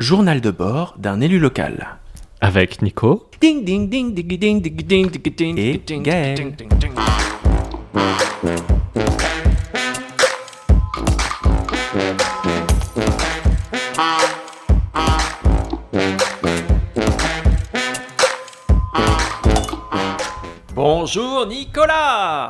Journal de bord d'un élu local. Avec Nico. Ding ding ding ding ding ding ding ding ding et Gaël. Bonjour Nicolas.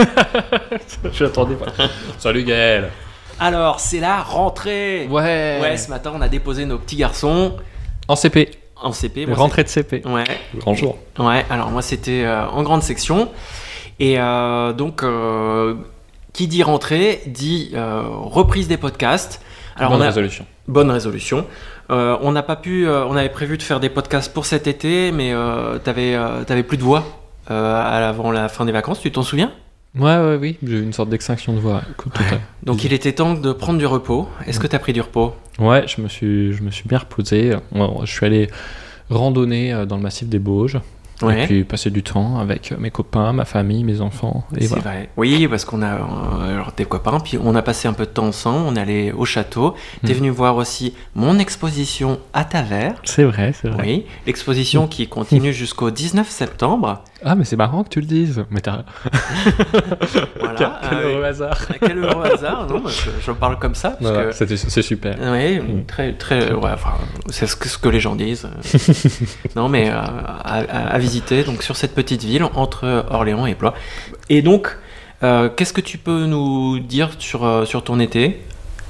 Je l'attendais pas. Salut Gaël. Alors, c'est la rentrée. Ouais, ce matin, on a déposé nos petits garçons En CP. en CP. Rentrée de CP. Ouais. Grand jour. Ouais, alors moi, c'était en grande section. Et donc, qui dit rentrée, dit reprise des podcasts. Alors, Bonne résolution. Bonne résolution. On n'a pas pu... on avait prévu de faire des podcasts pour cet été, mais t'avais plus de voix avant la fin des vacances, tu t'en souviens ? Oui. J'ai eu une sorte d'extinction de voix. Donc il était temps de prendre du repos. Est-ce que tu as pris du repos ? Ouais, je me suis bien reposé. Je suis allé randonner dans le massif des Bauges. Ouais. Et puis passer du temps avec mes copains, ma famille, mes enfants. Et c'est voilà. vrai. Oui, parce qu'on a alors, des copains, puis on a passé un peu de temps ensemble, on est allé au château. T'es venu voir aussi mon exposition à Tavers. C'est vrai. Oui, l'exposition qui continue jusqu'au 19 septembre. Ah, mais c'est marrant que tu le dises. Mais t'as... Voilà. Quel heureux hasard. Quel heureux hasard, non, je parle comme ça. Parce Voilà, que... c'est super. Oui, très ouais, enfin, c'est ce que les gens disent. Non, mais à visiter donc, sur cette petite ville entre Orléans et Blois. Et donc, qu'est-ce que tu peux nous dire sur ton été ?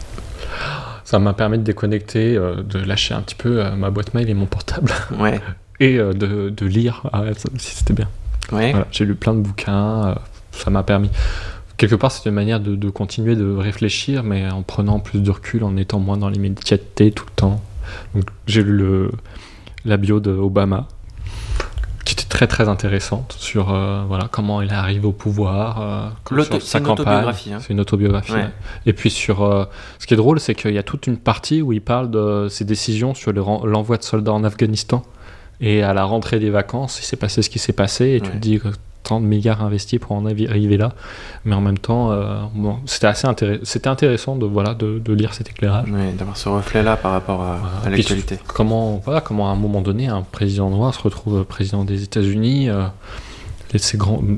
Ça m'a permis de déconnecter, de lâcher un petit peu ma boîte mail et mon portable. Ouais. Et de lire. Ah ouais, ça aussi, c'était bien. Ouais. Voilà, j'ai lu plein de bouquins. Ça m'a permis... Quelque part, c'est une manière de continuer de réfléchir, mais en prenant plus de recul, en étant moins dans l'immédiateté tout le temps. Donc, j'ai lu la bio d'Obama, qui était très très intéressante sur comment il est arrivé au pouvoir, sur sa campagne. Autobiographie, hein. C'est une autobiographie. Ouais. Ouais. Et puis ce qui est drôle, c'est qu'il y a toute une partie où il parle de ses décisions sur l'envoi de soldats en Afghanistan. Et à la rentrée des vacances, il s'est passé ce qui s'est passé, et tu te dis que tant de milliards investis pour en arriver là. Mais en même temps, c'était intéressant de lire cet éclairage. Ouais, d'avoir ce reflet-là par rapport à l'actualité. Comment à un moment donné, un président noir se retrouve président des États-Unis. C'est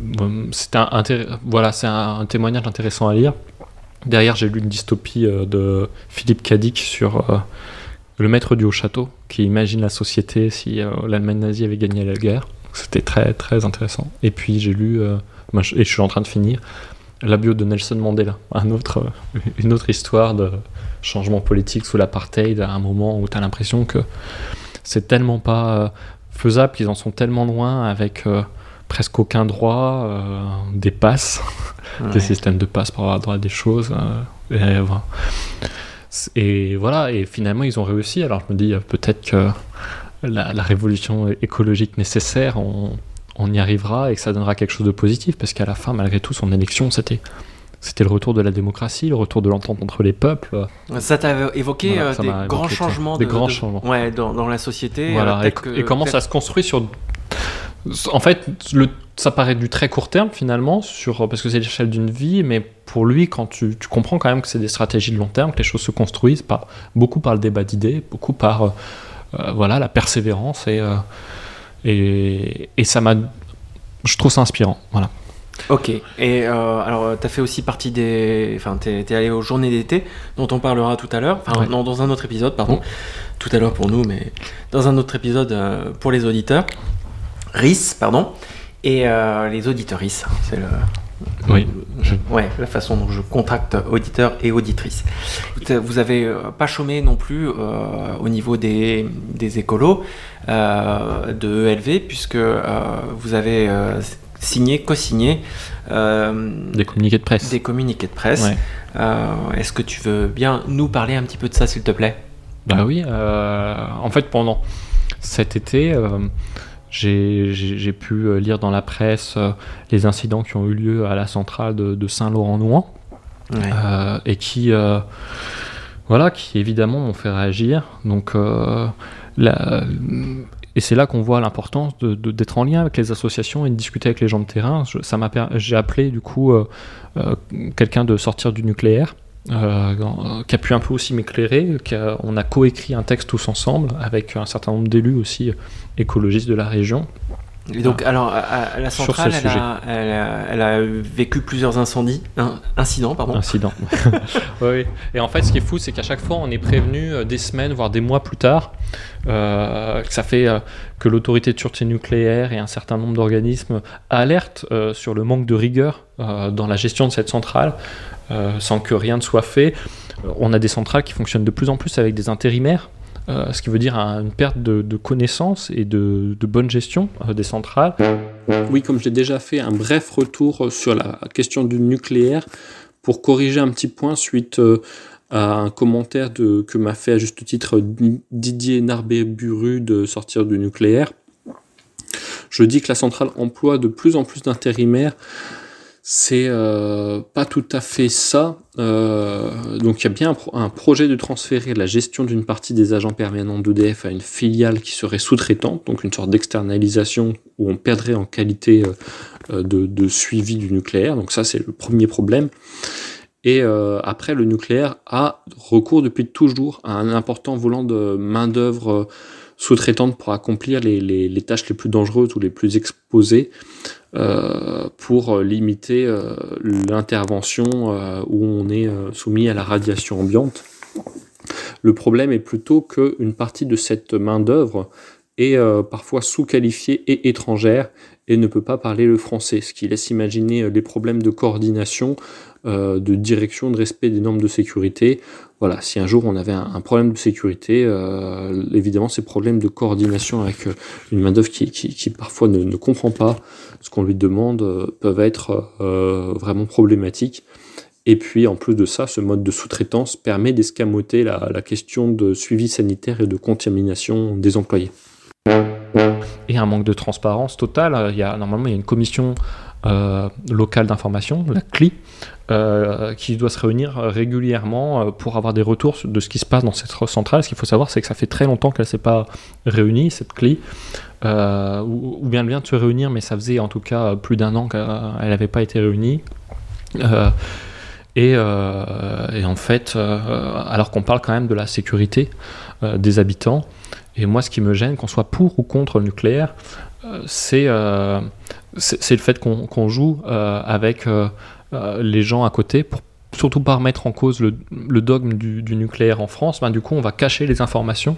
un témoignage intéressant à lire. Derrière, j'ai lu une dystopie de Philippe Cadic sur le maître du haut-château, qui imagine la société si l'Allemagne nazie avait gagné la guerre. C'était très très intéressant. Et puis j'ai lu, et je suis en train de finir, la bio de Nelson Mandela, une autre histoire de changement politique sous l'apartheid, à un moment où tu as l'impression que c'est tellement pas faisable, qu'ils en sont tellement loin, avec presque aucun droit, des passes, des systèmes de passes pour avoir droit à des choses. Et voilà, et finalement ils ont réussi. Alors je me dis peut-être que la révolution écologique nécessaire, on y arrivera et que ça donnera quelque chose de positif, parce qu'à la fin, malgré tout, son élection, c'était le retour de la démocratie, le retour de l'entente entre les peuples. Ça t'a évoqué des grands changements, changements. Ouais, dans la société. Voilà, et comment ça se construit sur... En fait, ça paraît du très court terme finalement, parce que c'est l'échelle d'une vie, mais pour lui, quand tu comprends quand même que c'est des stratégies de long terme, que les choses se construisent beaucoup par le débat d'idées, beaucoup par la persévérance, et ça m'a... Je trouve ça inspirant, voilà. Ok, et alors t'as fait aussi partie t'es allé aux journées d'été, dont on parlera tout à l'heure, non, dans un autre épisode, pardon, tout à l'heure pour nous, mais dans un autre épisode pour les auditeurs, RIS, pardon, et les auditeuristes, c'est la façon dont je contacte auditeurs et auditrices. Vous avez pas chômé non plus au niveau des écolos de ELV, puisque vous avez co-signé des communiqués de presse. Ouais. Est-ce que tu veux bien nous parler un petit peu de ça, s'il te plaît ? Bah oui, en fait pendant cet été... J'ai pu lire dans la presse les incidents qui ont eu lieu à la centrale de Saint-Laurent-Nouan, et qui évidemment m'ont fait réagir. Donc, et c'est là qu'on voit l'importance d'être en lien avec les associations et de discuter avec les gens de terrain. J'ai appelé du coup quelqu'un de Sortir du nucléaire, qui a pu un peu aussi m'éclairer. On a coécrit un texte tous ensemble avec un certain nombre d'élus aussi écologistes de la région. Et donc, alors, à la centrale, elle a vécu plusieurs incidents. Oui. Et en fait, ce qui est fou, c'est qu'à chaque fois, on est prévenu des semaines, voire des mois plus tard, que ça fait que l'autorité de sûreté nucléaire et un certain nombre d'organismes alertent sur le manque de rigueur dans la gestion de cette centrale, sans que rien ne soit fait. On a des centrales qui fonctionnent de plus en plus avec des intérimaires. Ce qui veut dire une perte de connaissances et de bonne gestion des centrales. Oui, comme j'ai déjà fait un bref retour sur la question du nucléaire, pour corriger un petit point suite à un commentaire que m'a fait à juste titre Didier Narbet-Buru de Sortir du nucléaire. Je dis que la centrale emploie de plus en plus d'intérimaires. C'est pas tout à fait ça. Donc il y a bien un projet de transférer la gestion d'une partie des agents permanents d'EDF à une filiale qui serait sous-traitante, donc une sorte d'externalisation où on perdrait en qualité de suivi du nucléaire. Donc ça, c'est le premier problème. Et après, le nucléaire a recours depuis toujours à un important volant de main-d'œuvre sous-traitante pour accomplir les tâches les plus dangereuses ou les plus exposées, pour limiter l'intervention où on est soumis à la radiation ambiante. Le problème est plutôt qu'une partie de cette main-d'œuvre est parfois sous-qualifiée et étrangère et ne peut pas parler le français, ce qui laisse imaginer les problèmes de coordination, de direction, de respect des normes de sécurité. Voilà, si un jour on avait un problème de sécurité, évidemment ces problèmes de coordination avec une main-d'œuvre qui parfois ne comprend pas ce qu'on lui demande peuvent être vraiment problématiques. Et puis en plus de ça, ce mode de sous-traitance permet d'escamoter la question de suivi sanitaire et de contamination des employés. Et un manque de transparence totale. Normalement, il y a une commission locale d'information, la CLI, qui doit se réunir régulièrement pour avoir des retours de ce qui se passe dans cette centrale. Ce qu'il faut savoir, c'est que ça fait très longtemps qu'elle ne s'est pas réunie, cette CLI, ou bien elle vient de se réunir, mais ça faisait en tout cas plus d'un an qu'elle n'avait pas été réunie. Et en fait, alors qu'on parle quand même de la sécurité des habitants, et moi ce qui me gêne, qu'on soit pour ou contre le nucléaire, c'est le fait qu'on joue avec les gens à côté, pour surtout pas remettre en cause le dogme du nucléaire en France. Du coup on va cacher les informations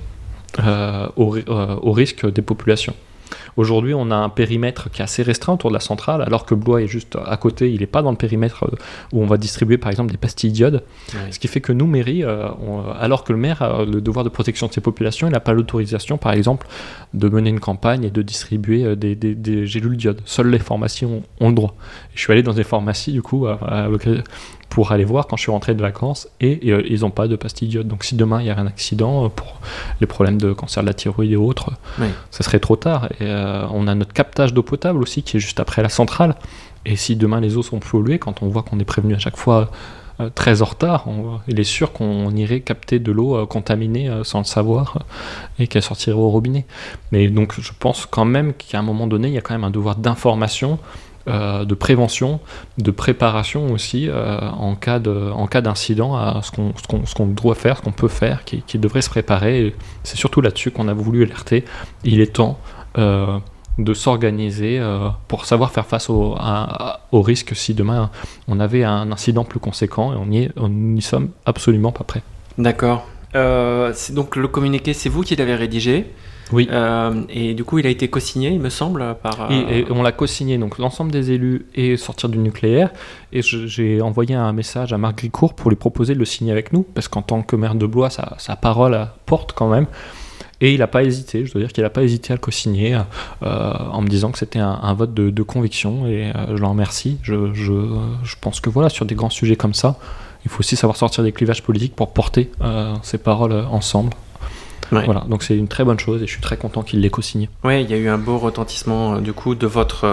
au risque des populations. Aujourd'hui, on a un périmètre qui est assez restreint autour de la centrale, alors que Blois est juste à côté, il n'est pas dans le périmètre où on va distribuer par exemple des pastilles d'iode. Oui. Ce qui fait que nous, mairie, alors que le maire a le devoir de protection de ses populations, il n'a pas l'autorisation par exemple de mener une campagne et de distribuer des gélules d'iode. Seules les pharmacies ont le droit. Et je suis allé dans des pharmacies du coup pour aller voir quand je suis rentré de vacances, et ils n'ont pas de pastilles d'iode. Donc si demain il y a un accident pour les problèmes de cancer de la thyroïde et autres, oui, ça serait trop tard. Et on a notre captage d'eau potable aussi qui est juste après la centrale, et si demain les eaux sont polluées, quand on voit qu'on est prévenu à chaque fois très en retard, il est sûr qu'on irait capter de l'eau contaminée sans le savoir, et qu'elle sortirait au robinet. Mais donc je pense quand même qu'à un moment donné il y a quand même un devoir d'information, de prévention, de préparation aussi en cas d'incident, à ce qu'on doit faire, ce qu'on peut faire, qui devrait se préparer. Et c'est surtout là-dessus qu'on a voulu alerter. Il est temps de s'organiser pour savoir faire face au risque si demain on avait un incident plus conséquent, et on n'y sommes absolument pas prêts. D'accord. C'est donc le communiqué, c'est vous qui l'avez rédigé? Oui. Et du coup, il a été co-signé, il me semble, par... Et on l'a co-signé, donc l'ensemble des élus et Sortir du nucléaire. Et j'ai envoyé un message à Marc Gricourt pour lui proposer de le signer avec nous, parce qu'en tant que maire de Blois, sa parole porte quand même. Et il n'a pas hésité, je dois dire qu'il n'a pas hésité à le co-signer, en me disant que c'était un vote de conviction, et je l'en remercie. Je pense que voilà, sur des grands sujets comme ça, il faut aussi savoir sortir des clivages politiques pour porter ces paroles ensemble. Ouais. Voilà, donc c'est une très bonne chose et je suis très content qu'il l'ait co-signé. Oui, il y a eu un beau retentissement du coup de votre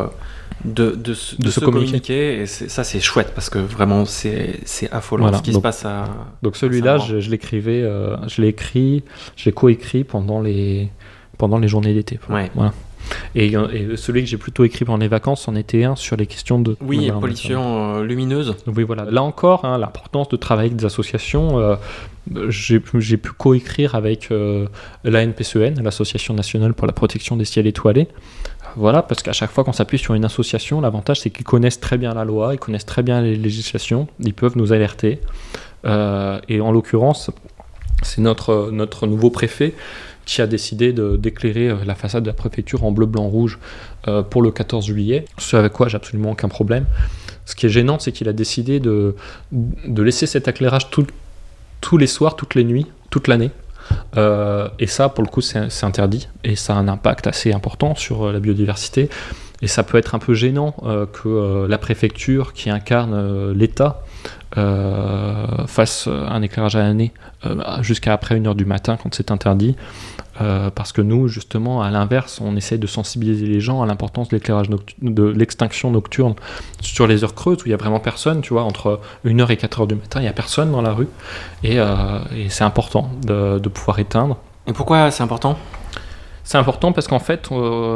de ce communiqué, et ça c'est chouette parce que vraiment c'est affolant, voilà, ce qui se passe à... Donc celui-là, je l'ai coécrit pendant les journées d'été. Ouais. Voilà. Et celui que j'ai plutôt écrit pendant les vacances en était un sur les questions de... Oui, pollution lumineuse. Oui, voilà. Là encore, l'importance de travailler avec des associations. J'ai pu coécrire avec l'ANPCEN, l'Association nationale pour la protection des ciels étoilés. Voilà, parce qu'à chaque fois qu'on s'appuie sur une association, l'avantage c'est qu'ils connaissent très bien la loi, ils connaissent très bien les législations, ils peuvent nous alerter. Et en l'occurrence, c'est notre nouveau préfet qui a décidé d'éclairer la façade de la préfecture en bleu, blanc, rouge pour le 14 juillet, ce avec quoi j'ai absolument aucun problème. Ce qui est gênant, c'est qu'il a décidé de laisser cet éclairage tous les soirs, toutes les nuits, toute l'année. Et ça, pour le coup, c'est interdit, et ça a un impact assez important sur la biodiversité. Et ça peut être un peu gênant que la préfecture, qui incarne l'État, fasse un éclairage à l'année jusqu'à après 1h du matin quand c'est interdit. Parce que nous, justement, à l'inverse, on essaie de sensibiliser les gens à l'importance de l'éclairage de l'extinction nocturne sur les heures creuses où il n'y a vraiment personne, tu vois, entre 1h et 4h du matin, il n'y a personne dans la rue, et c'est important de pouvoir éteindre. Et pourquoi c'est important ? C'est important parce qu'en fait,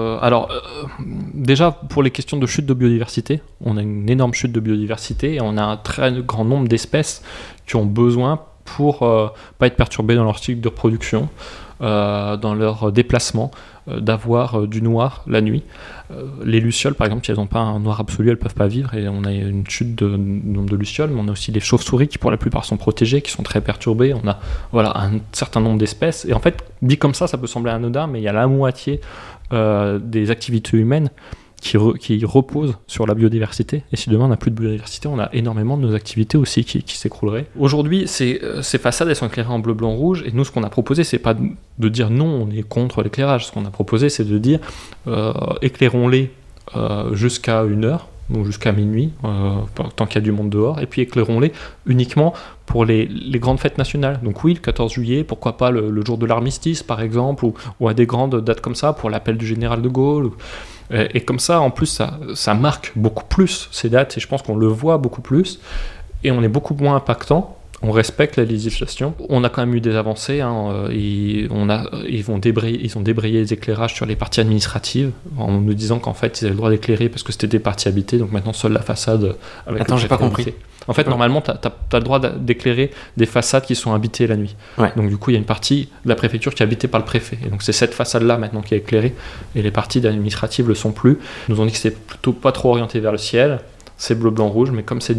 déjà pour les questions de chute de biodiversité, on a une énorme chute de biodiversité et on a un très grand nombre d'espèces qui ont besoin pour pas être perturbées dans leur cycle de reproduction, dans leur déplacement, d'avoir du noir la nuit. Les lucioles, par exemple, si elles n'ont pas un noir absolu, elles ne peuvent pas vivre, et on a une chute de nombre de lucioles, mais on a aussi les chauves-souris qui, pour la plupart, sont protégées, qui sont très perturbées. On a un certain nombre d'espèces, et en fait, dit comme ça peut sembler anodin, mais il y a la moitié des activités humaines qui repose sur la biodiversité. Et si demain on n'a plus de biodiversité, on a énormément de nos activités aussi qui s'écrouleraient. Aujourd'hui, ces façades, elles sont éclairées en bleu, blanc, rouge. Et nous, ce qu'on a proposé, c'est pas de dire non, on est contre l'éclairage. Ce qu'on a proposé, c'est de dire éclairons-les jusqu'à 1h, donc jusqu'à minuit, tant qu'il y a du monde dehors. Et puis éclairons-les uniquement pour les grandes fêtes nationales. Donc oui, le 14 juillet, pourquoi pas le jour de l'armistice, par exemple, ou à des grandes dates comme ça, pour l'appel du général de Gaulle. Et comme ça, en plus, ça marque beaucoup plus ces dates, et je pense qu'on le voit beaucoup plus, et on est beaucoup moins impactant, on respecte la législation. On a quand même eu des avancées, ils ont débrayé les éclairages sur les parties administratives, en nous disant qu'en fait, ils avaient le droit d'éclairer parce que c'était des parties habitées, donc maintenant, seule la façade... Attends, j'ai pas compris. En fait, normalement, tu as le droit d'éclairer des façades qui sont habitées la nuit. Ouais. Donc du coup, il y a une partie de la préfecture qui est habitée par le préfet. Et donc c'est cette façade-là maintenant qui est éclairée. Et les parties administratives le sont plus. Ils nous ont dit que c'est plutôt pas trop orienté vers le ciel. C'est bleu, blanc, rouge. Mais comme c'est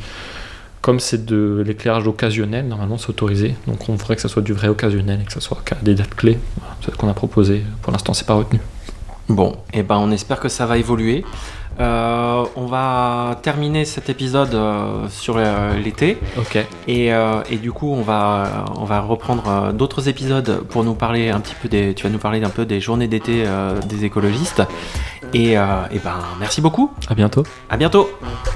de l'éclairage occasionnel, normalement c'est autorisé. Donc on voudrait que ça soit du vrai occasionnel et que ça soit qu'à des dates clés. Voilà, c'est ce qu'on a proposé. Pour l'instant, c'est pas retenu. Bon, et on espère que ça va évoluer. On va terminer cet épisode sur l'été. Ok. Et du coup, on va reprendre d'autres épisodes pour nous parler un petit peu tu vas nous parler un peu des journées d'été des écologistes. Et merci beaucoup. À bientôt. À bientôt.